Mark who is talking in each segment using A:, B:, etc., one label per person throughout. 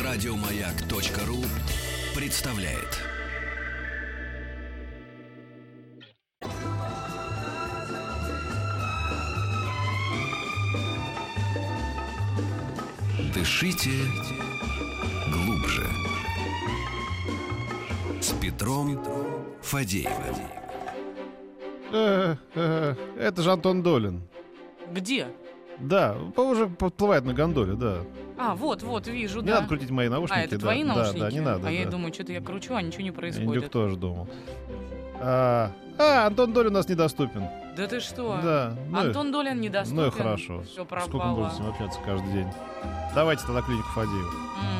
A: Радиомаяк.ру представляет. Дышите глубже. С Петром Фадеевым.
B: Это же Антон Долин.
C: Где?
B: Да, уже подплывает на гондоле, да.
C: Вот, вижу,
B: Не
C: да.
B: надо крутить мои наушники.
C: Это
B: да,
C: твои наушники?
B: Да, не надо.
C: А я
B: да.
C: думаю, что-то я кручу, а ничего не происходит.
B: Индюк тоже думал. Антон Долин у нас недоступен.
C: Да ты что?
B: Да.
C: Антон Долин недоступен.
B: Ну и хорошо.
C: Все
B: Сколько мы
C: пропало.
B: будем с ним общаться каждый день? Давайте тогда клинику Фадеева.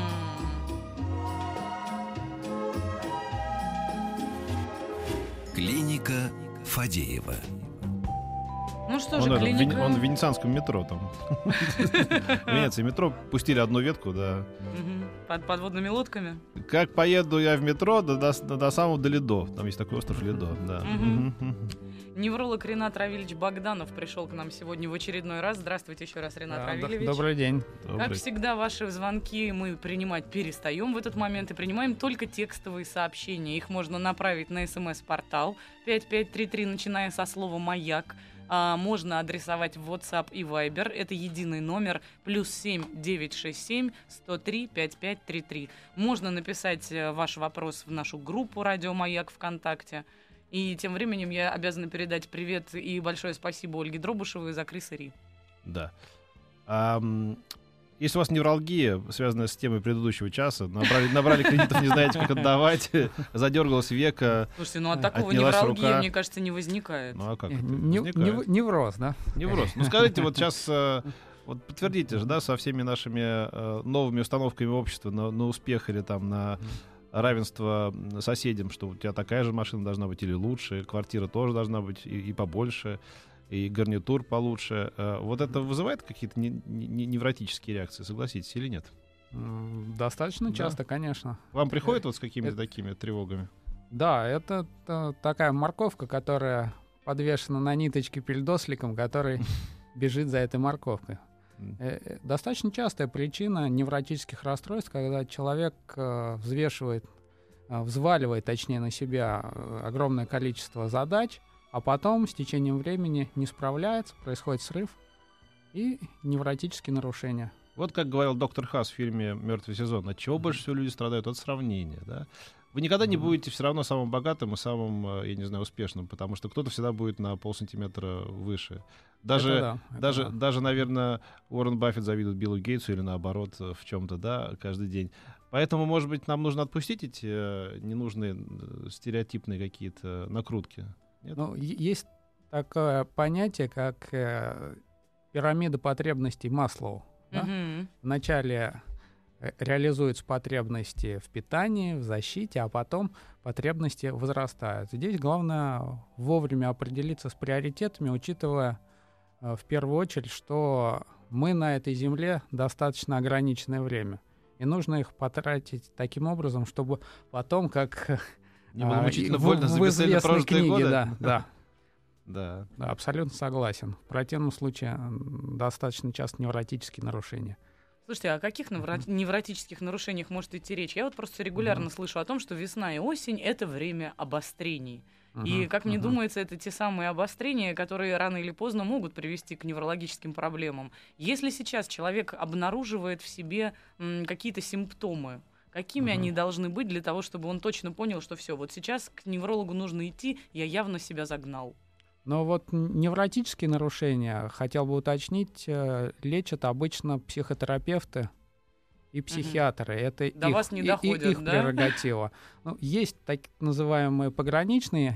A: Клиника Фадеева.
C: Ну что же, клиника...
B: Он в венецианском метро там. В Венеции метро пустили одну ветку, да.
C: Под подводными лодками?
B: Как поеду я в метро до самого до Лидо. Там есть такой остров Лидо, да.
C: Невролог Ренат Равильевич Богданов пришел к нам сегодня в очередной раз. Здравствуйте еще раз, Ренат Равильевич.
D: Добрый день.
C: Как всегда, ваши звонки мы принимать перестаем в этот момент и принимаем только текстовые сообщения. Их можно направить на СМС-портал 5533, начиная со слова «Маяк». Можно адресовать в WhatsApp и Viber. Это единый номер +7 967 103 5533. Можно написать ваш вопрос в нашу группу «Радио Маяк» ВКонтакте. И тем временем я обязана передать привет и большое спасибо Ольге Дробышевой за Криса Ри.
B: Да. Если у вас невралгия, связанная с темой предыдущего часа, набрали кредитов, не знаете, как отдавать, задергалось веко.
C: Слушайте, от такого
B: отнялась
C: невралгии,
B: рука.
C: мне кажется, не возникает.
B: Ну а как это?
D: Невроз, да?
B: Невроз. Ну скажите, вот сейчас, вот подтвердите же, да, со всеми нашими новыми установками общества на успех или там на равенство соседям, что у тебя такая же машина должна быть или лучше, квартира тоже должна быть и побольше, и гарнитур получше. Вот это вызывает какие-то невротические реакции, согласитесь, или нет?
D: Достаточно часто, конечно.
B: Вам приходит вот с какими-то такими тревогами?
D: Да, это такая морковка, которая подвешена на ниточке перед осликом, который бежит за этой морковкой. Достаточно частая причина невротических расстройств, когда человек взваливает, точнее, на себя огромное количество задач, а потом с течением времени не справляется, происходит срыв и невротические нарушения.
B: Вот как говорил доктор Хас в фильме «Мертвый сезон», от чего больше всего люди страдают? От сравнения, да? Вы никогда не будете все равно самым богатым и самым, я не знаю, успешным, потому что кто-то всегда будет на полсантиметра выше. Даже, наверное, Уоррен Баффет завидует Биллу Гейтсу или наоборот в чем-то, да, каждый день. Поэтому, может быть, нам нужно отпустить эти ненужные стереотипные какие-то накрутки. Нет?
D: Ну, есть такое понятие, как пирамида потребностей Маслоу. Да? Вначале реализуются потребности в питании, в защите, а потом потребности возрастают. Здесь главное вовремя определиться с приоритетами, учитывая в первую очередь, что мы на этой земле достаточно ограниченное время. И нужно их потратить таким образом, чтобы потом, как
B: не было мучительно больно за
D: в
B: бесцельно
D: известной
B: прожитые
D: книге,
B: годы.
D: Да, абсолютно согласен. В противном случае достаточно часто невротические нарушения.
C: Слушайте, о каких невротических нарушениях может идти речь? Я вот просто регулярно слышу о том, что весна и осень — это время обострений. И, как мне думается, это те самые обострения, которые рано или поздно могут привести к неврологическим проблемам. Если сейчас человек обнаруживает в себе какие-то симптомы, какими они должны быть для того, чтобы он точно понял, что все, вот сейчас к неврологу нужно идти, я явно себя загнал?
D: Но вот невротические нарушения, хотел бы уточнить, лечат обычно психотерапевты и психиатры. Это их прерогатива. Ну, есть так называемые пограничные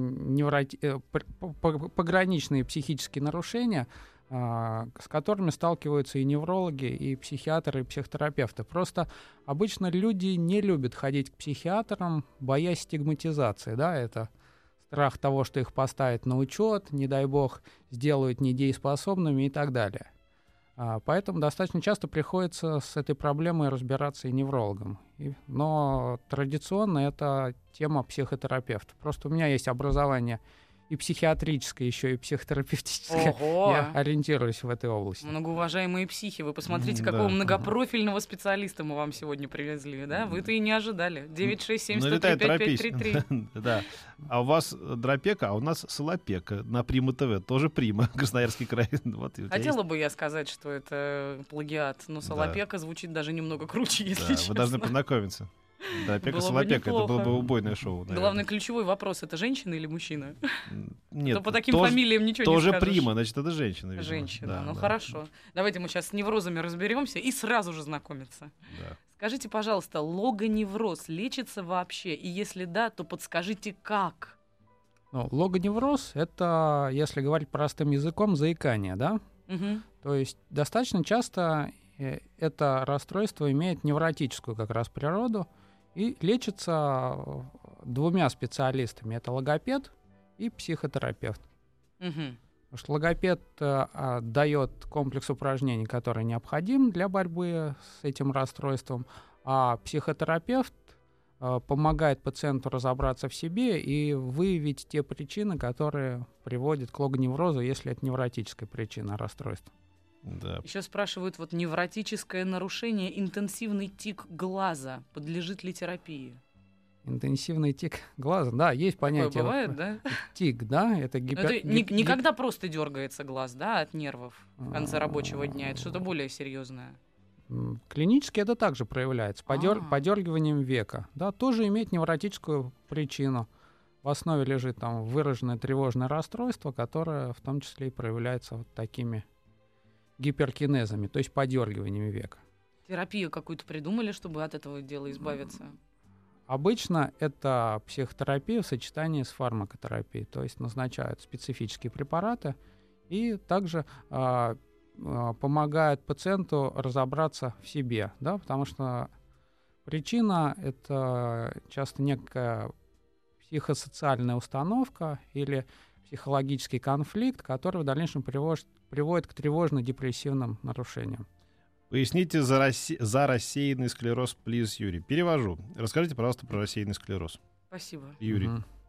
D: психические нарушения, с которыми сталкиваются и неврологи, и психиатры, и психотерапевты. Просто обычно люди не любят ходить к психиатрам, боясь стигматизации. Да, это страх того, что их поставят на учет, не дай бог, сделают недееспособными и так далее. Поэтому достаточно часто приходится с этой проблемой разбираться и неврологам. Но традиционно это тема психотерапевта. Просто у меня есть образование и психиатрическое, еще и психотерапевтическое.
C: Ого!
D: Я ориентируюсь в этой области.
C: Многоуважаемые психи, вы посмотрите, какого многопрофильного специалиста мы вам сегодня привезли, да? Вы-то и не ожидали. 967-103-5533.
B: Да. А у вас дропека, а у нас солопека на Прима ТВ. Тоже Прима, Красноярский край.
C: Хотела бы я сказать, что это плагиат, но солопека звучит даже немного круче, если честно.
B: Вы должны познакомиться. Да, Пека-Солопека, это было бы убойное шоу. Наверное.
C: Главный ключевой вопрос — это женщина или мужчина?
B: Нет,
C: то по таким фамилиям ничего не скажешь.
B: Тоже Прима, значит, это женщина. Видимо.
C: Женщина, да, хорошо. Давайте мы сейчас с неврозами разберемся и сразу же знакомиться.
B: Да.
C: Скажите, пожалуйста, логоневроз лечится вообще? И если да, то подскажите, как?
D: Логоневроз — это, если говорить простым языком, заикание, да? То есть достаточно часто это расстройство имеет невротическую как раз природу, и лечится двумя специалистами. Это логопед и психотерапевт. Потому что логопед дает комплекс упражнений, который необходим для борьбы с этим расстройством, а психотерапевт помогает пациенту разобраться в себе и выявить те причины, которые приводят к логоневрозу, если это невротическая причина расстройства.
B: Да.
C: Еще спрашивают, невротическое нарушение, интенсивный тик глаза подлежит ли терапии?
D: Интенсивный тик глаза, да, есть понятие.
C: Такое бывает, да?
D: Тик, да, это
C: никогда просто дергается глаз, да, от нервов в конце рабочего дня. Это что-то более серьезное.
D: Клинически это также проявляется подергиванием века, да, тоже имеет невротическую причину. В основе лежит там выраженное тревожное расстройство, которое в том числе и проявляется вот такими гиперкинезами, то есть подергиваниями века.
C: Терапию какую-то придумали, чтобы от этого дела избавиться?
D: Обычно это психотерапия в сочетании с фармакотерапией, то есть назначают специфические препараты и также помогают пациенту разобраться в себе, да, потому что причина — это часто некая психосоциальная установка или психологический конфликт, который в дальнейшем приводит к тревожно-депрессивным нарушениям.
B: Поясните за рассеянный склероз, плиз, Юрий. Перевожу. Расскажите, пожалуйста, про рассеянный склероз.
C: Спасибо.
B: Юрий.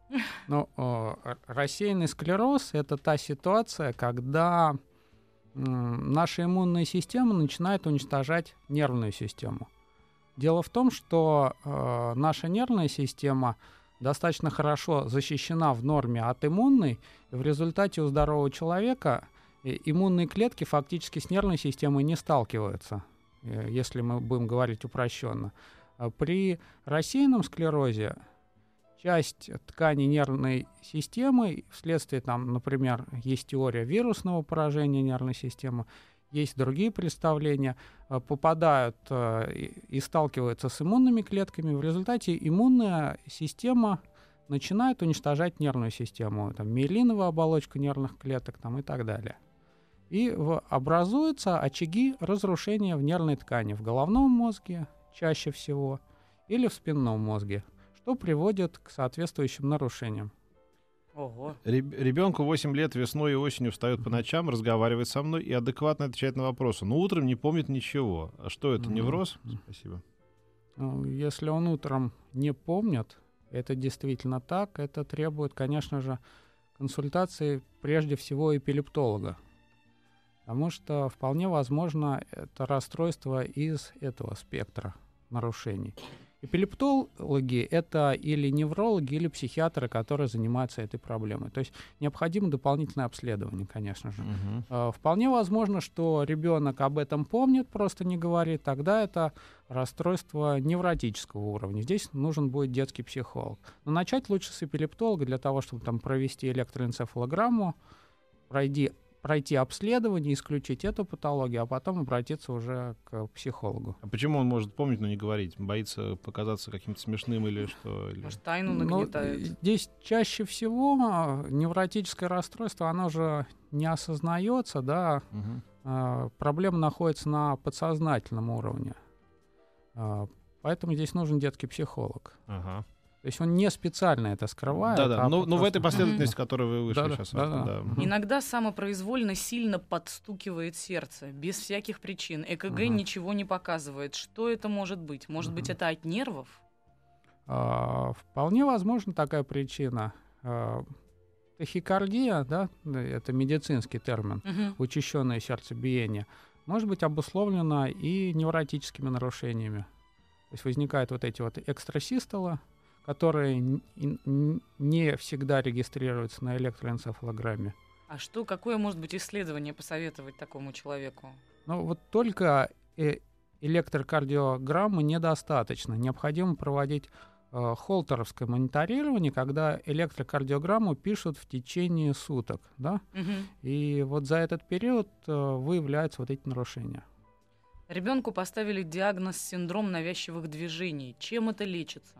D: Рассеянный склероз — это та ситуация, когда наша иммунная система начинает уничтожать нервную систему. Дело в том, что наша нервная система достаточно хорошо защищена в норме от иммунной, и в результате у здорового человека иммунные клетки фактически с нервной системой не сталкиваются, если мы будем говорить упрощенно. При рассеянном склерозе часть тканей нервной системы, вследствие, например, есть теория вирусного поражения нервной системы, есть другие представления, попадают и сталкиваются с иммунными клетками. В результате иммунная система начинает уничтожать нервную систему, миелиновую оболочку нервных клеток и так далее. И образуются очаги разрушения в нервной ткани, в головном мозге чаще всего или в спинном мозге, что приводит к соответствующим нарушениям.
C: Ого.
B: Ребенку 8 лет, весной и осенью встает по ночам, разговаривает со мной и адекватно отвечает на вопросы. Но утром не помнит ничего. А что это, невроз? Спасибо.
D: Если он утром не помнит, это действительно так, это требует, конечно же, консультации прежде всего эпилептолога. Потому что вполне возможно это расстройство из этого спектра нарушений. Эпилептологи — это или неврологи, или психиатры, которые занимаются этой проблемой. То есть необходимо дополнительное обследование, конечно же. Вполне возможно, что ребенок об этом помнит, просто не говорит. Тогда это расстройство невротического уровня. Здесь нужен будет детский психолог. Но начать лучше с эпилептолога для того, чтобы провести электроэнцефалограмму, пройти обследование, исключить эту патологию, а потом обратиться уже к психологу.
B: А почему он может помнить, но не говорить? Боится показаться каким-то смешным или что?
C: Может, тайну нагнетает?
D: Здесь чаще всего невротическое расстройство, оно же не осознается, да. Проблема находится на подсознательном уровне. Поэтому здесь нужен детский психолог.
B: Ага.
D: То есть он не специально это скрывает.
B: Да-да, но в этой последовательности, которой вы вышли сейчас.
D: Да.
C: Иногда самопроизвольно сильно подстукивает сердце, без всяких причин. ЭКГ ничего не показывает. Что это может быть? Может быть, это от нервов?
D: Вполне возможно такая причина. Тахикардия, да, это медицинский термин, учащенное сердцебиение, может быть обусловлено и невротическими нарушениями. То есть возникают вот эти вот экстрасистолы, которые не всегда регистрируются на электроэнцефалограмме.
C: А какое может быть исследование посоветовать такому человеку?
D: Ну вот только электрокардиограммы недостаточно. Необходимо проводить холтеровское мониторирование, когда электрокардиограмму пишут в течение суток, да? И вот за этот период выявляются вот эти нарушения.
C: Ребенку поставили диагноз синдром навязчивых движений. Чем это лечится?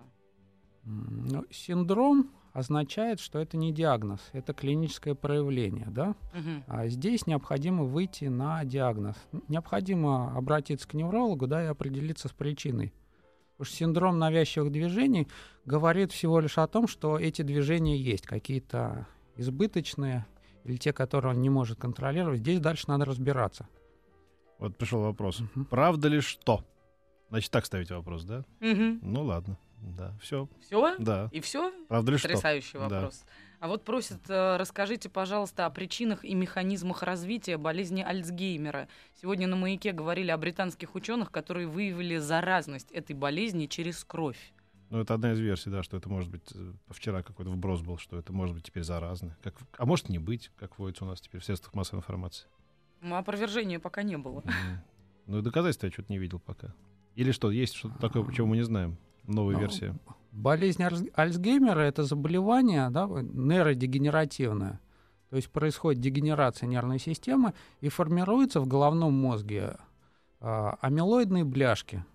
D: Ну, синдром означает, что это не диагноз, это клиническое проявление, да? А здесь необходимо выйти на диагноз. Необходимо обратиться к неврологу, да, и определиться с причиной. Потому что синдром навязчивых движений говорит всего лишь о том, что эти движения есть, какие-то избыточные или те, которые он не может контролировать. Здесь дальше надо разбираться.
B: Вот пришел вопрос. Правда ли что? Значит, так ставите вопрос, да? Ну ладно. Да, все.
C: Все?
B: Да.
C: И все?
B: Правда ли что?
C: Потрясающий вопрос. Да. А вот просят, расскажите, пожалуйста, о причинах и механизмах развития болезни Альцгеймера. Сегодня на «Маяке» говорили о британских ученых, которые выявили заразность этой болезни через кровь.
B: Ну, это одна из версий, да, что это может быть... Вчера какой-то вброс был, что это может быть теперь заразно. А может не быть, как вводится у нас теперь в средствах массовой информации.
C: Ну, опровержения пока не было.
B: Ну, и доказательства я что-то не видел пока. Или что, есть что-то такое, чего мы не знаем? Новая версия.
D: Болезнь Альцгеймера — это заболевание, да, нейродегенеративное. То есть происходит дегенерация нервной системы и формируются в головном мозге амилоидные бляшки.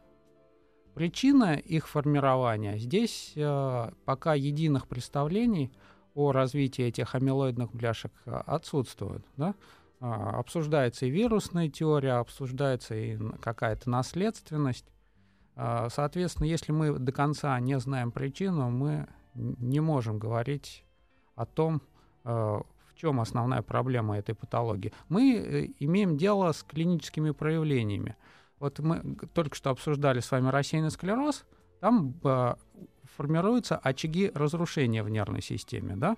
D: Причина их формирования — здесь пока единых представлений о развитии этих амилоидных бляшек отсутствует. Да? Обсуждается и вирусная теория, обсуждается и какая-то наследственность. Соответственно, если мы до конца не знаем причину, мы не можем говорить о том, в чем основная проблема этой патологии. Мы имеем дело с клиническими проявлениями. Вот мы только что обсуждали с вами рассеянный склероз, там формируются очаги разрушения в нервной системе, да?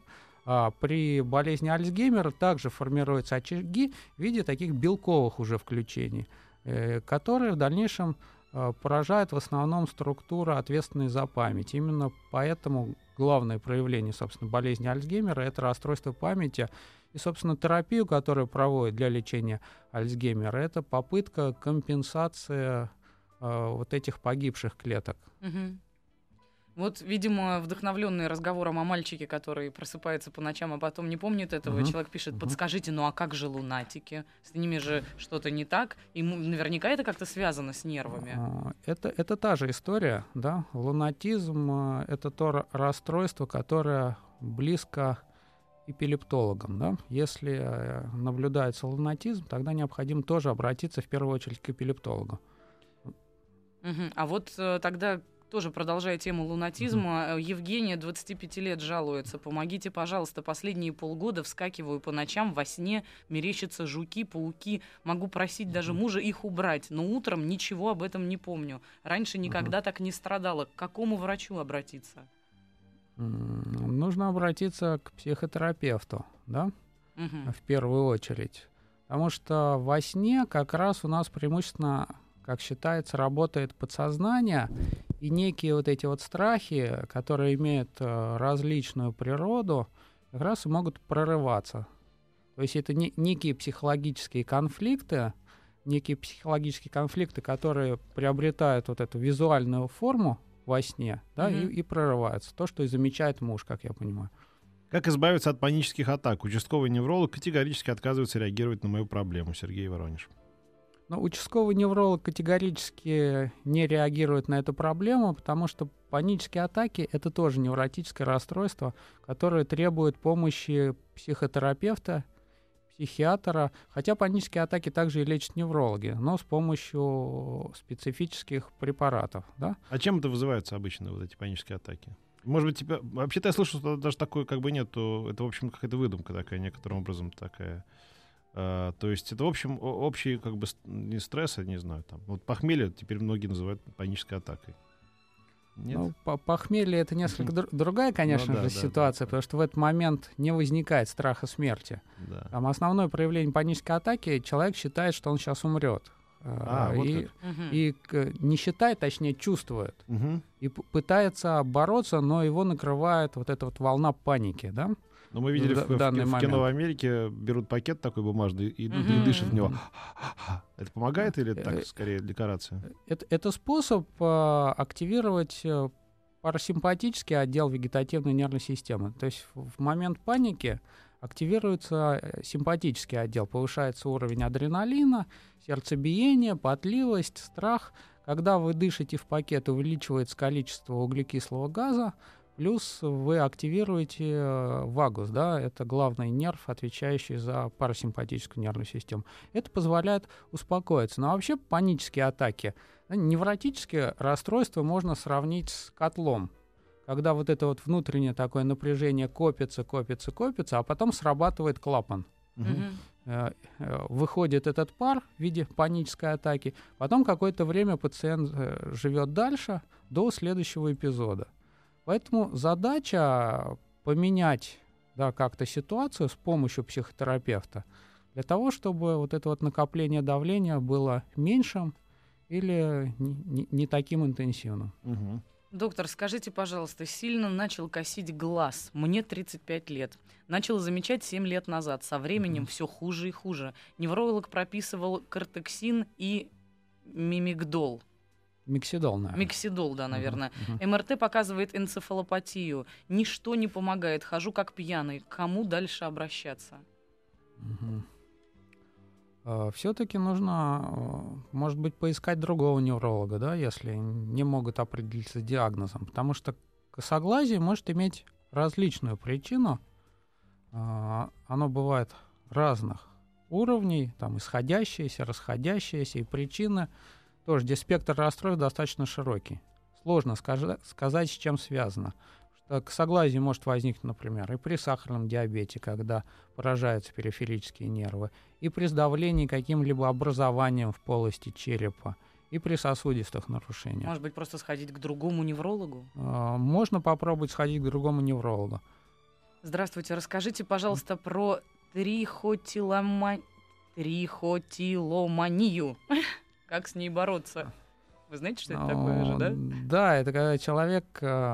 D: При болезни Альцгеймера также формируются очаги в виде таких белковых уже включений, которые в дальнейшем поражает в основном структура, ответственная за память. Именно поэтому главное проявление, собственно, болезни Альцгеймера — это расстройство памяти. И, собственно, терапию, которую проводят для лечения Альцгеймера, это попытка компенсации вот этих погибших клеток.
C: Вот, видимо, вдохновленный разговором о мальчике, который просыпается по ночам, а потом не помнит этого, человек пишет: подскажите, ну а как же лунатики? С ними же что-то не так, и наверняка это как-то связано с нервами.
D: Это та же история, да. Лунатизм — это то расстройство, которое близко эпилептологам, да. Если наблюдается лунатизм, тогда необходимо тоже обратиться в первую очередь к эпилептологу.
C: А вот тогда... Тоже продолжая тему лунатизма, Евгения, 25 лет, жалуется: помогите, пожалуйста, последние полгода вскакиваю по ночам, во сне мерещатся жуки, пауки, могу просить даже мужа их убрать, но утром ничего об этом не помню. Раньше никогда так не страдала. К какому врачу обратиться?
D: Нужно обратиться к психотерапевту, да, в первую очередь. Потому что во сне как раз у нас преимущественно, как считается, работает подсознание, и некие вот эти вот страхи, которые имеют различную природу, как раз и могут прорываться. То есть это некие психологические конфликты, которые приобретают вот эту визуальную форму во сне, да, и прорываются. То, что и замечает муж, как я понимаю.
B: Как избавиться от панических атак? Участковый невролог категорически отказывается реагировать на мою проблему. Сергей, Воронеж.
D: Но участковый невролог категорически не реагирует на эту проблему, потому что панические атаки — это тоже невротическое расстройство, которое требует помощи психотерапевта, психиатра. Хотя панические атаки также и лечат неврологи, но с помощью специфических препаратов. Да? А
B: чем это вызываются обычно, вот эти панические атаки? Может быть, вообще-то я слышал, что даже такой как бы нету. Это, в общем, какая-то выдумка такая, некоторым образом такая. То есть это, в общем, общий как бы не стресс, я не знаю, там. Вот похмелье теперь многие называют панической атакой. Нет?
D: Ну, похмелье — это несколько другая, конечно же, ситуация, потому что в этот момент не возникает страха смерти.
B: Да.
D: Там основное проявление панической атаки — человек считает, что он сейчас умрет.
B: Вот
D: и не считает, точнее, чувствует. И пытается бороться, но его накрывает вот эта вот волна паники, да?
B: Но мы видели в кино в Америке, берут пакет такой бумажный и дышат в него. Это помогает или это так, скорее, декорация?
D: Это способ активировать парасимпатический отдел вегетативной нервной системы. То есть в момент паники активируется симпатический отдел, повышается уровень адреналина, сердцебиение, потливость, страх. Когда вы дышите в пакет, увеличивается количество углекислого газа, плюс вы активируете вагус, да, это главный нерв, отвечающий за парасимпатическую нервную систему. Это позволяет успокоиться. Но вообще панические атаки, невротические расстройства можно сравнить с котлом, когда вот это вот внутреннее такое напряжение копится, а потом срабатывает клапан. Выходит этот пар в виде панической атаки, потом какое-то время пациент живет дальше до следующего эпизода. Поэтому задача поменять, да, как-то ситуацию с помощью психотерапевта для того, чтобы вот это вот накопление давления было меньшим или не таким интенсивным.
C: Доктор, скажите, пожалуйста, сильно начал косить глаз. Мне 35 лет. Начал замечать 7 лет назад. Со временем все хуже и хуже. Невролог прописывал кортексин и мимигдол.
D: Миксидол, наверное.
C: Миксидол, да, наверное. МРТ показывает энцефалопатию. Ничто не помогает. Хожу как пьяный. К кому дальше обращаться?
D: Все-таки нужно, может быть, поискать другого невролога, да, если не могут определиться с диагнозом. Потому что косоглазие может иметь различную причину. Оно бывает разных уровней, там исходящиеся, расходящиеся, и причины тоже, здесь спектр расстройств достаточно широкий. Сложно сказать, с чем связано. Косоглазие может возникнуть, например, и при сахарном диабете, когда поражаются периферические нервы, и при сдавлении каким-либо образованием в полости черепа, и при сосудистых нарушениях.
C: Может быть, просто сходить к другому неврологу?
D: Можно попробовать сходить к другому неврологу.
C: Здравствуйте, расскажите, пожалуйста, про трихотиломанию. Как с ней бороться? Вы знаете, что это такое же, да?
D: Да, это когда человек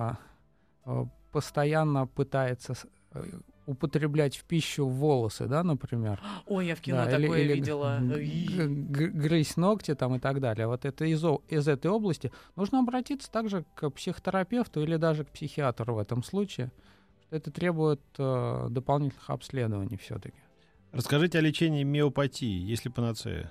D: постоянно пытается употреблять в пищу волосы, да, например.
C: Ой, я в кино такое видела.
D: Грызть ногти там и так далее. Вот это из этой области. Нужно обратиться также к психотерапевту или даже к психиатру в этом случае. Это требует дополнительных обследований все-таки.
B: Расскажите о лечении миопатии, есть ли панацея?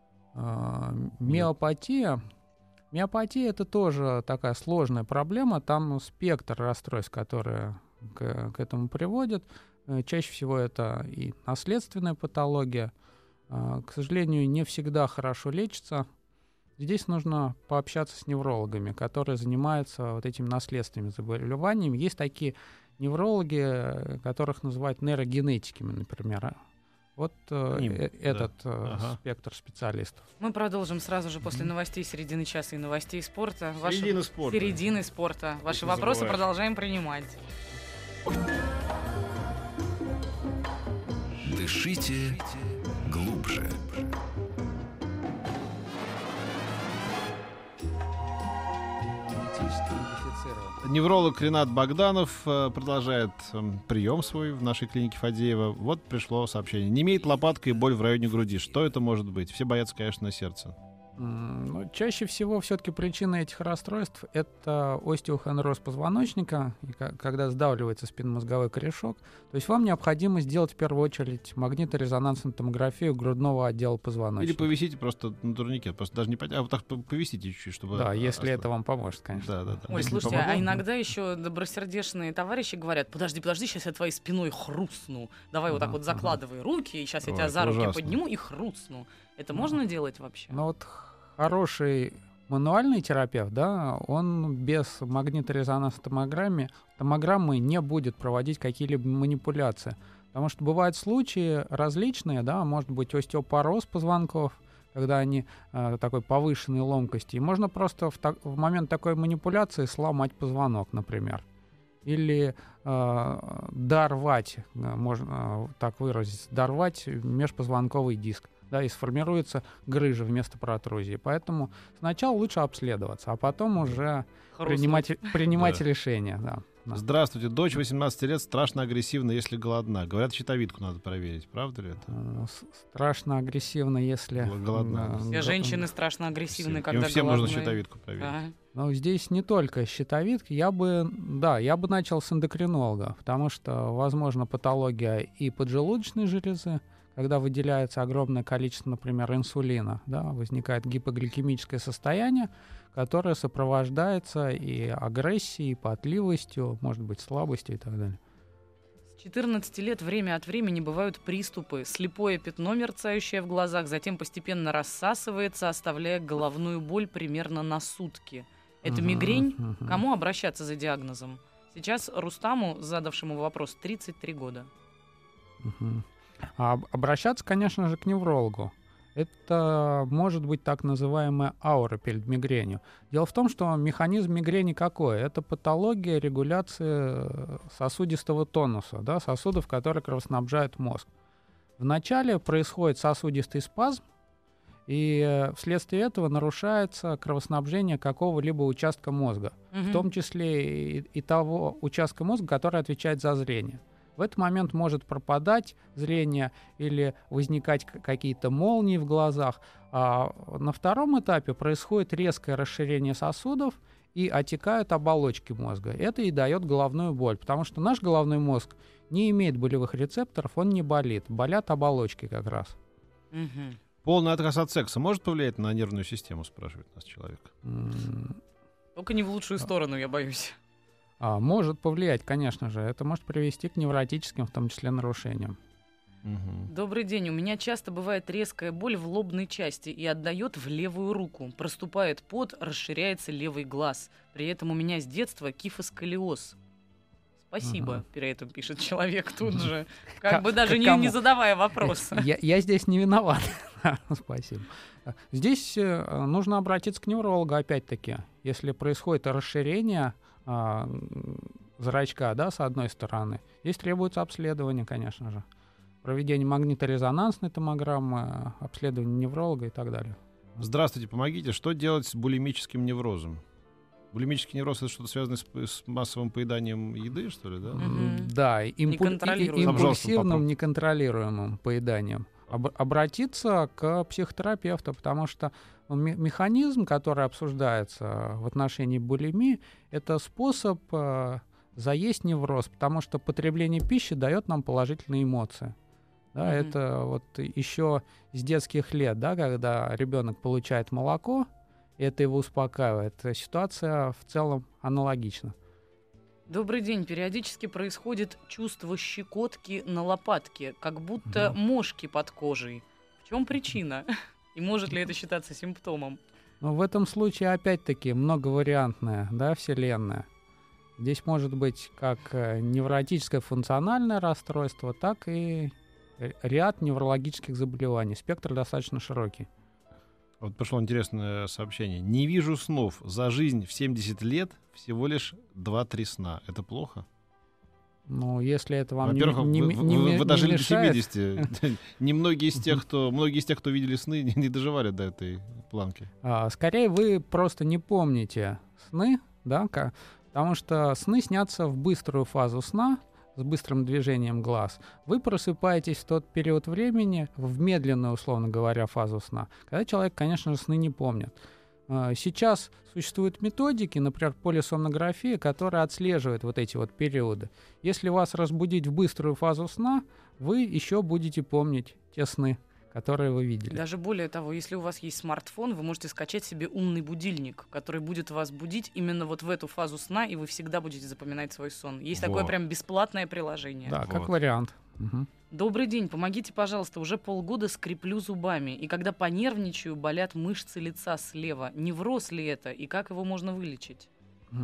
D: Миопатия — это тоже такая сложная проблема. Там спектр расстройств, которые к этому приводят. Чаще всего это и наследственная патология. К сожалению, не всегда хорошо лечится. Здесь нужно пообщаться с неврологами, которые занимаются вот этими наследственными заболеваниями. Есть такие неврологи, которых называют нейрогенетиками, например. Вот этот спектр специалистов.
C: Мы продолжим сразу же после новостей середины часа и новостей спорта.
B: Середины
C: спорта. Ваши вопросы продолжаем принимать.
A: Дышите глубже.
B: Невролог Ренат Богданов продолжает прием свой в нашей клинике Фадеева. Вот пришло сообщение. Не имеет лопатка и боль в районе груди. Что это может быть? Все боятся, конечно, сердца.
D: Чаще всего все-таки причина этих расстройств — это остеохондроз позвоночника, когда сдавливается спинномозговой корешок. То есть вам необходимо сделать в первую очередь магниторезонансную томографию грудного отдела позвоночника.
B: Или повисите просто на турнике, просто даже не а вот так повисите чуть-чуть, чтобы...
D: Да, если это вам поможет, конечно.
B: Да.
C: Ой, слушайте, а иногда еще добросердечные товарищи говорят: подожди, сейчас я твоей спиной хрустну. Давай вот так вот закладывай руки, и сейчас я тебя за руки подниму и хрустну. Это можно делать вообще?
D: Ну вот хороший мануальный терапевт, да, он без магниторезонансной томограммы не будет проводить какие-либо манипуляции. Потому что бывают случаи различные, да, может быть остеопороз позвонков, когда они такой повышенной ломкости. И можно просто в момент такой манипуляции сломать позвонок, например. Или дорвать, можно так выразить, дорвать межпозвонковый диск. Да, и сформируется грыжа вместо протрузии. Поэтому сначала лучше обследоваться, а потом уже принимать решение. Да.
B: Здравствуйте. Дочь 18 лет страшно агрессивна, если голодна. Говорят, щитовидку надо проверить. Правда ли это?
D: Страшно агрессивно, если
B: голодна.
C: Все женщины страшно агрессивны, когда голодные.
B: Всем нужно щитовидку проверить.
D: Но здесь не только щитовидка. Я бы начал с эндокринолога, потому что, возможно, патология и поджелудочной железы, когда выделяется огромное количество, например, инсулина, да, возникает гипогликемическое состояние, которое сопровождается и агрессией, и потливостью, может быть, слабостью и так далее.
C: С 14 лет время от времени бывают приступы. Слепое пятно, мерцающее в глазах, затем постепенно рассасывается, оставляя головную боль примерно на сутки. Это мигрень? Кому обращаться за диагнозом? Сейчас Рустаму, задавшему вопрос, 33 года.
D: А обращаться, конечно же, к неврологу. Это может быть так называемая аура перед мигренью. Дело в том, что механизм мигрени какой? Это патология регуляции сосудистого тонуса, да, сосудов, которые кровоснабжают мозг. Вначале происходит сосудистый спазм, и вследствие этого нарушается кровоснабжение какого-либо участка мозга, в том числе и того участка мозга, который отвечает за зрение. В этот момент может пропадать зрение или возникать какие-то молнии в глазах. А на втором этапе происходит резкое расширение сосудов и отекают оболочки мозга. Это и дает головную боль, потому что наш головной мозг не имеет болевых рецепторов, он не болит. Болят оболочки как раз.
B: Полный отказ от секса может повлиять на нервную систему, спрашивает нас человек.
C: Только не в лучшую сторону, я боюсь.
D: Может повлиять, конечно же. Это может привести к невротическим, в том числе, нарушениям.
C: Добрый день. У меня часто бывает резкая боль в лобной части и отдает в левую руку. Проступает пот, расширяется левый глаз. При этом у меня с детства кифосколиоз. Спасибо, при этом пишет человек тут же, как бы даже не задавая вопроса.
D: Я здесь не виноват. Спасибо. Здесь нужно обратиться к неврологу, опять-таки. Если происходит расширение зрачка, да, с одной стороны, здесь требуется обследование, конечно же. Проведение магниторезонансной томограммы, обследование невролога и так далее.
B: Здравствуйте, помогите. Что делать с булимическим неврозом? Булимический невроз — это что-то связано с массовым поеданием еды, что ли, да?
D: Да, импульсивным, неконтролируемым поеданием. Обратиться к психотерапевту, потому что механизм, который обсуждается в отношении булимии, это способ заесть невроз, потому что потребление пищи дает нам положительные эмоции. Да, это вот еще с детских лет, да, когда ребенок получает молоко, это его успокаивает. Ситуация в целом аналогична.
C: Добрый день. Периодически происходит чувство щекотки на лопатке, как будто мошки под кожей. В чем причина? И может ли это считаться симптомом?
D: В этом случае, опять-таки, многовариантная, да, вселенная. Здесь может быть как невротическое функциональное расстройство, так и ряд неврологических заболеваний. Спектр достаточно широкий.
B: Вот пришло интересное сообщение. Не вижу снов. За жизнь в 70 лет всего лишь 2-3 сна. Это плохо?
D: Если это вам
B: Во-первых,
D: не
B: вы дожили
D: мешает.
B: до 70. Многие из тех, кто видели сны, не доживали до этой планки.
D: Скорее, вы просто не помните сны, да, потому что сны снятся в быструю фазу сна, с быстрым движением глаз. Вы просыпаетесь в тот период времени, в медленную, условно говоря, фазу сна, когда человек, конечно же, сны не помнит. Сейчас существуют методики, например, полисомнография, которая отслеживает вот эти вот периоды. Если вас разбудить в быструю фазу сна, вы еще будете помнить те сны, которые вы видели.
C: Даже более того, если у вас есть смартфон, вы можете скачать себе умный будильник, который будет вас будить именно вот в эту фазу сна, и вы всегда будете запоминать свой сон. Есть такое прям бесплатное приложение.
D: Да, как вариант.
C: Добрый день, помогите, пожалуйста, уже полгода скреплю зубами, и когда понервничаю, болят мышцы лица слева. Невроз ли это, и как его можно вылечить?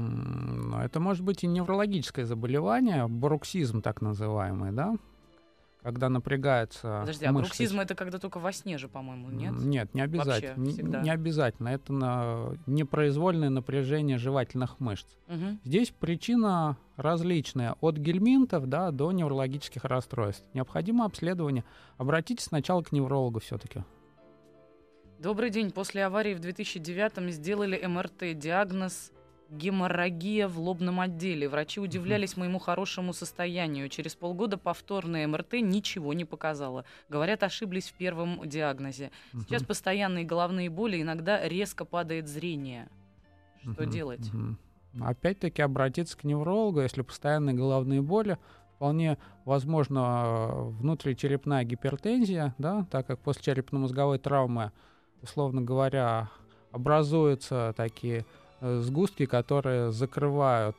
D: Это может быть и неврологическое заболевание, бруксизм так называемый, да? когда напрягается
C: Подожди, а
D: мышцы.
C: бруксизм — это когда только во сне же, по-моему, нет?
D: Нет, не обязательно.
C: Вообще, всегда.
D: Не обязательно. Это непроизвольное напряжение жевательных мышц.
C: Угу.
D: Здесь причина различная. От гельминтов, да, до неврологических расстройств. Необходимо обследование. Обратитесь сначала к неврологу все-таки.
C: Добрый день. После аварии в 2009-м сделали МРТ. Диагноз геморрагия в лобном отделе. Врачи удивлялись моему хорошему состоянию. Через полгода повторное МРТ ничего не показало. Говорят, ошиблись в первом диагнозе. Сейчас постоянные головные боли, иногда резко падает зрение. Что делать?
D: Опять-таки обратиться к неврологу, если постоянные головные боли. Вполне возможно внутричерепная гипертензия, да, так как после черепно-мозговой травмы, условно говоря, образуются такие сгустки, которые закрывают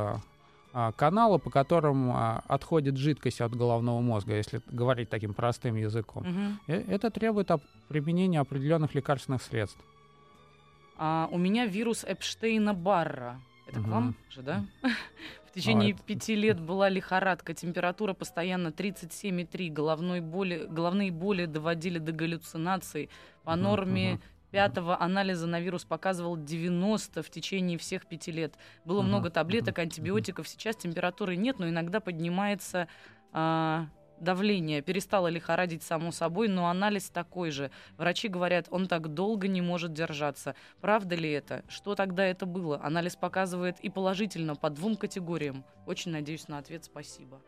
D: каналы, по которым отходит жидкость от головного мозга, если говорить таким простым языком. Это требует применения определенных лекарственных средств.
C: У меня вирус Эпштейна-Барра. Это к вам же, да? В течение 5 лет была лихорадка, температура постоянно 37,3, головные боли доводили до галлюцинаций. По норме 5-го анализа на вирус показывал 90 в течение всех 5 лет. Было много таблеток, антибиотиков. Сейчас температуры нет, но иногда поднимается давление. Перестало лихорадить само собой, но анализ такой же. Врачи говорят, он так долго не может держаться. Правда ли это? Что тогда это было? Анализ показывает и положительно по 2 категориям. Очень надеюсь на ответ. Спасибо.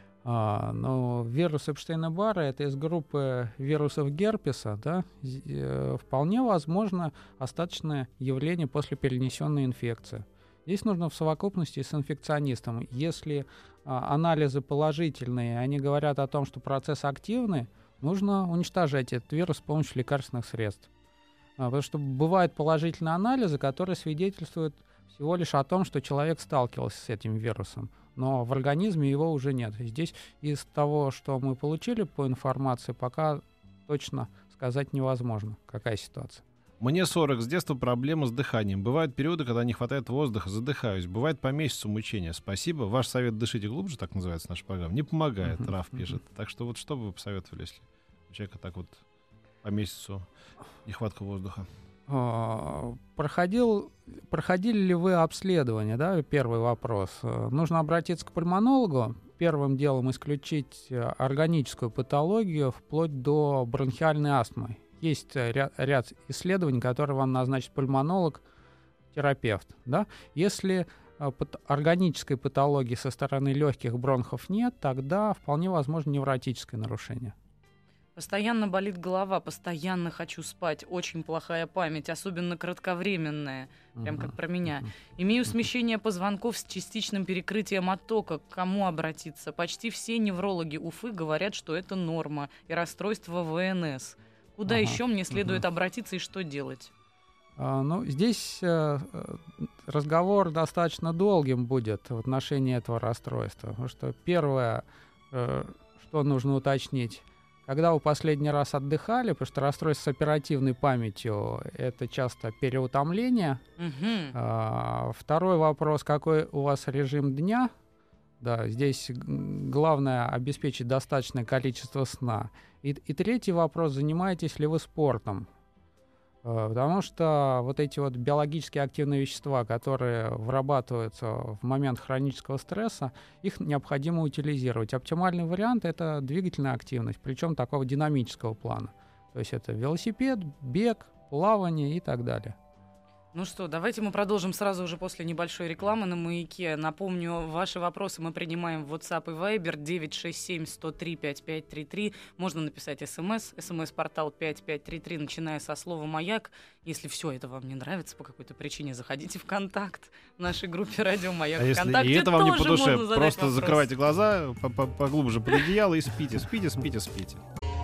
D: Но вирус Эпштейна-Барра — это из группы вирусов герпеса, да? Вполне возможно остаточное явление после перенесенной инфекции. Здесь нужно в совокупности с инфекционистом. Если анализы положительные, они говорят о том, что процесс активный, нужно уничтожать этот вирус с помощью лекарственных средств. Потому что бывают положительные анализы, которые свидетельствуют всего лишь о том, что человек сталкивался с этим вирусом, но в организме его уже нет. Здесь из того, что мы получили по информации, пока точно сказать невозможно, какая ситуация.
B: Мне 40, с детства проблема с дыханием. Бывают периоды, когда не хватает воздуха, задыхаюсь. Бывает по месяцу мучения. Спасибо. Ваш совет «Дышите глубже», так называется наша программа, не помогает, Раф пишет. Так что вот что бы вы посоветовали, если у человека так вот по месяцу нехватка воздуха?
D: Проходили ли вы обследование? Да, первый вопрос. Нужно обратиться к пульмонологу. Первым делом исключить органическую патологию вплоть до бронхиальной астмы. Есть ряд исследований, которые вам назначит пульмонолог-терапевт. Да? Если органической патологии со стороны легких бронхов нет, тогда вполне возможно невротическое нарушение.
C: Постоянно болит голова, постоянно хочу спать, очень плохая память, особенно кратковременная, прям как про меня. Имею смещение позвонков с частичным перекрытием оттока. К кому обратиться? Почти все неврологи Уфы говорят, что это норма и расстройство ВНС. Куда еще мне следует обратиться и что делать?
D: Здесь разговор достаточно долгим будет в отношении этого расстройства. Потому что первое, что нужно уточнить, когда вы последний раз отдыхали, потому что расстройство с оперативной памятью — это часто переутомление. Второй вопрос, какой у вас режим дня? Да, здесь главное обеспечить достаточное количество сна. И третий вопрос, занимаетесь ли вы спортом? Потому что вот эти вот биологически активные вещества, которые вырабатываются в момент хронического стресса, их необходимо утилизировать. Оптимальный вариант — это двигательная активность, причем такого динамического плана. То есть это велосипед, бег, плавание и так далее.
C: Ну что, давайте мы продолжим сразу уже после небольшой рекламы на «Маяке». Напомню, ваши вопросы мы принимаем в WhatsApp и Viber 967-103-5533. Можно написать СМС. СМС-портал 5533, начиная со слова «Маяк». Если все это вам не нравится по какой-то причине, заходите в «Контакт» в нашей группе «Радио Маяк».
B: А
C: ВКонтакте
B: если и это вам не по душе, просто
C: вопрос.
B: закрывайте глаза, поглубже под одеяло и спите, спите, спите, спите.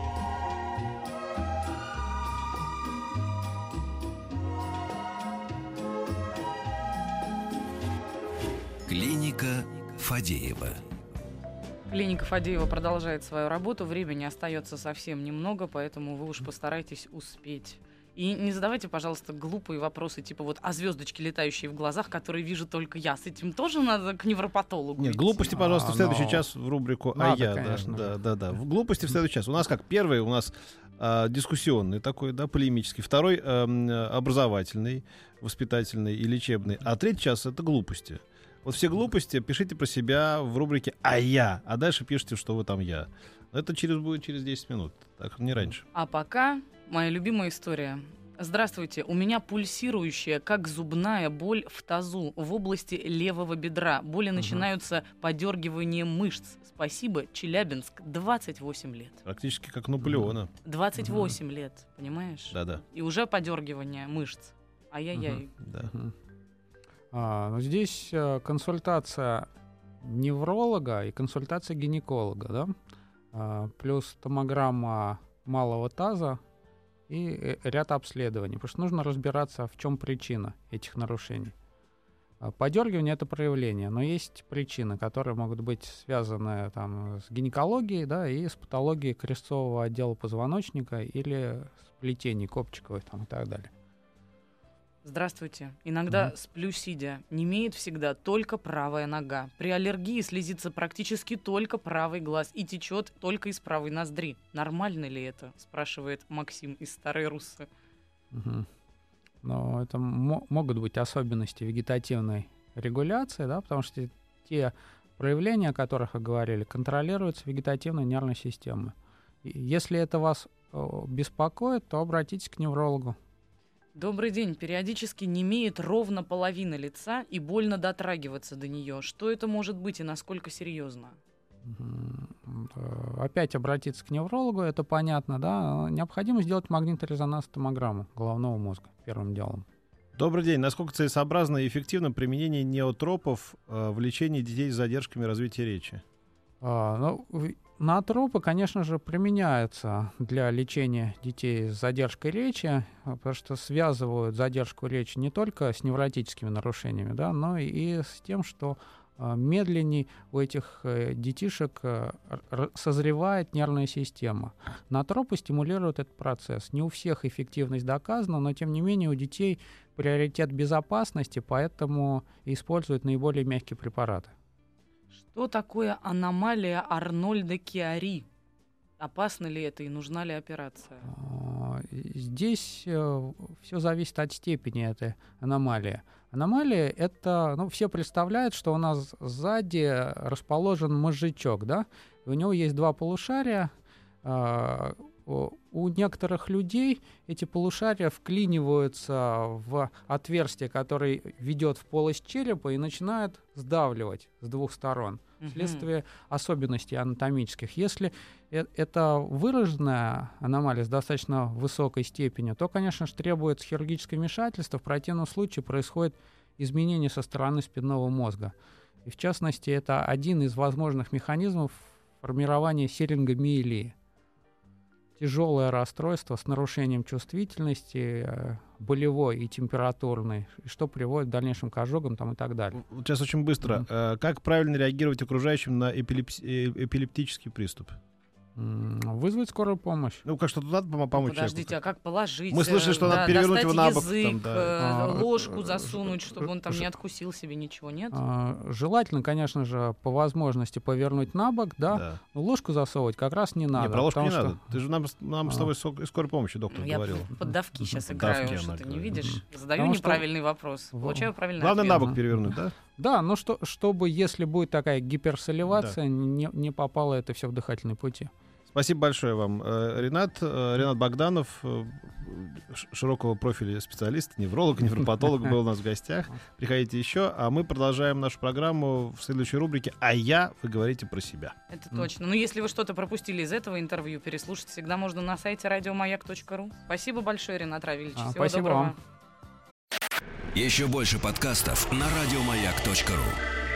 A: Клиника Фадеева.
C: Клиника Фадеева продолжает свою работу. Времени остается совсем немного, поэтому вы уж постарайтесь успеть. И не задавайте, пожалуйста, глупые вопросы, типа вот о звездочке, летающей в глазах, которые вижу только я. С этим тоже надо к невропатологу
B: Нет,
C: идти.
B: глупости, пожалуйста, в следующий час в рубрику
D: надо,
B: я».
D: конечно.
B: Да. В глупости в следующий час. У нас как? Первый у нас дискуссионный такой, да, полемический. Второй образовательный, воспитательный и лечебный. А третий час — это глупости. Вот все глупости пишите про себя в рубрике «А я», а дальше пишите, что вы там «я». Это будет через 10 минут, так не раньше.
C: А пока моя любимая история. Здравствуйте, у меня пульсирующая, как зубная боль в тазу в области левого бедра. Боли начинаются подергиванием мышц. Спасибо, Челябинск, 28 лет.
B: Практически как Наполеона.
C: 28 лет, понимаешь?
B: Да-да.
C: И уже подергивание мышц. Ай-яй-яй.
B: Да.
D: Ну, здесь консультация невролога и консультация гинеколога, да? Плюс томограмма малого таза и ряд обследований. Потому что нужно разбираться, в чем причина этих нарушений. Подергивание — это проявление, но есть причины, которые могут быть связаны там, с гинекологией, да, и с патологией крестцового отдела позвоночника или сплетений копчиковых там, и так далее.
C: Здравствуйте. Иногда сплю сидя. Немеет всегда только правая нога. При аллергии слезится практически только правый глаз и течет только из правой ноздри. Нормально ли это? Спрашивает Максим из Старой Руссы.
D: Но это могут быть особенности вегетативной регуляции, да, потому что те проявления, о которых вы говорили, контролируются вегетативной нервной системой. И если это вас беспокоит, то обратитесь к неврологу.
C: Добрый день. Периодически немеет ровно половина лица и больно дотрагиваться до нее. Что это может быть и насколько серьезно?
D: Опять обратиться к неврологу, это понятно, да. Необходимо сделать магниторезонансную томограмму головного мозга первым делом.
B: Добрый день. Насколько целесообразно и эффективно применение неотропов в лечении детей с задержками развития речи?
D: Ноотропы, конечно же, применяются для лечения детей с задержкой речи, потому что связывают задержку речи не только с невротическими нарушениями, да, но и с тем, что медленнее у этих детишек созревает нервная система. Ноотропы стимулируют этот процесс. Не у всех эффективность доказана, но тем не менее у детей приоритет безопасности, поэтому используют наиболее мягкие препараты.
C: Что такое аномалия Арнольда-Киари? Опасно ли это и нужна ли операция?
D: Здесь все зависит от степени этой аномалии. Аномалия — это, все представляют, что у нас сзади расположен мозжечок, да? И у него есть два полушария. У некоторых людей эти полушария вклиниваются в отверстие, которое ведет в полость черепа, и начинают сдавливать с двух сторон вследствие особенностей анатомических. Если это выраженная аномалия с достаточно высокой степенью, то, конечно же, требуется хирургическое вмешательство. В противном случае происходит изменение со стороны спинного мозга. И, в частности, это один из возможных механизмов формирования сирингомиелии. Тяжелое расстройство с нарушением чувствительности, болевой и температурной, что приводит в дальнейшем к ожогам там, и так далее.
B: Сейчас очень быстро. Как правильно реагировать окружающим на эпилептический приступ?
D: Вызвать скорую помощь.
B: Как что тут надо помочь
C: Подождите,
B: человеку?
C: А как положить?
B: Мы слышали, что надо перевернуть его на бок.
C: Язык,
B: Там,
C: ложку засунуть, чтобы он там не откусил себе ничего, нет?
D: Желательно, конечно же, по возможности повернуть на бок, да. Но ложку засовывать как раз не надо.
B: Не, про ложку не надо. Ты же нам с тобой из скорой помощи, доктор, говорил.
C: Я поддавки сейчас играю, что ты не видишь? Задаю неправильный вопрос, получаю правильный
B: ответ. Главное на бок
C: перевернуть,
B: да?
D: Да, но чтобы, если будет такая гиперсаливация, не попало это все в дыхательные пути.
B: Спасибо большое вам, Ренат. Ренат Богданов, широкого профиля специалист, невролог, невропатолог, был у нас в гостях. Приходите еще, а мы продолжаем нашу программу в следующей рубрике «А я, вы говорите про себя».
C: Это точно. Но если вы что-то пропустили из этого интервью, переслушать всегда можно на сайте радиомаяк.ру. Спасибо большое, Ренат Равильевич. Всего
D: спасибо
C: доброго.
D: вам.
A: Еще больше подкастов на радиомаяк.ру.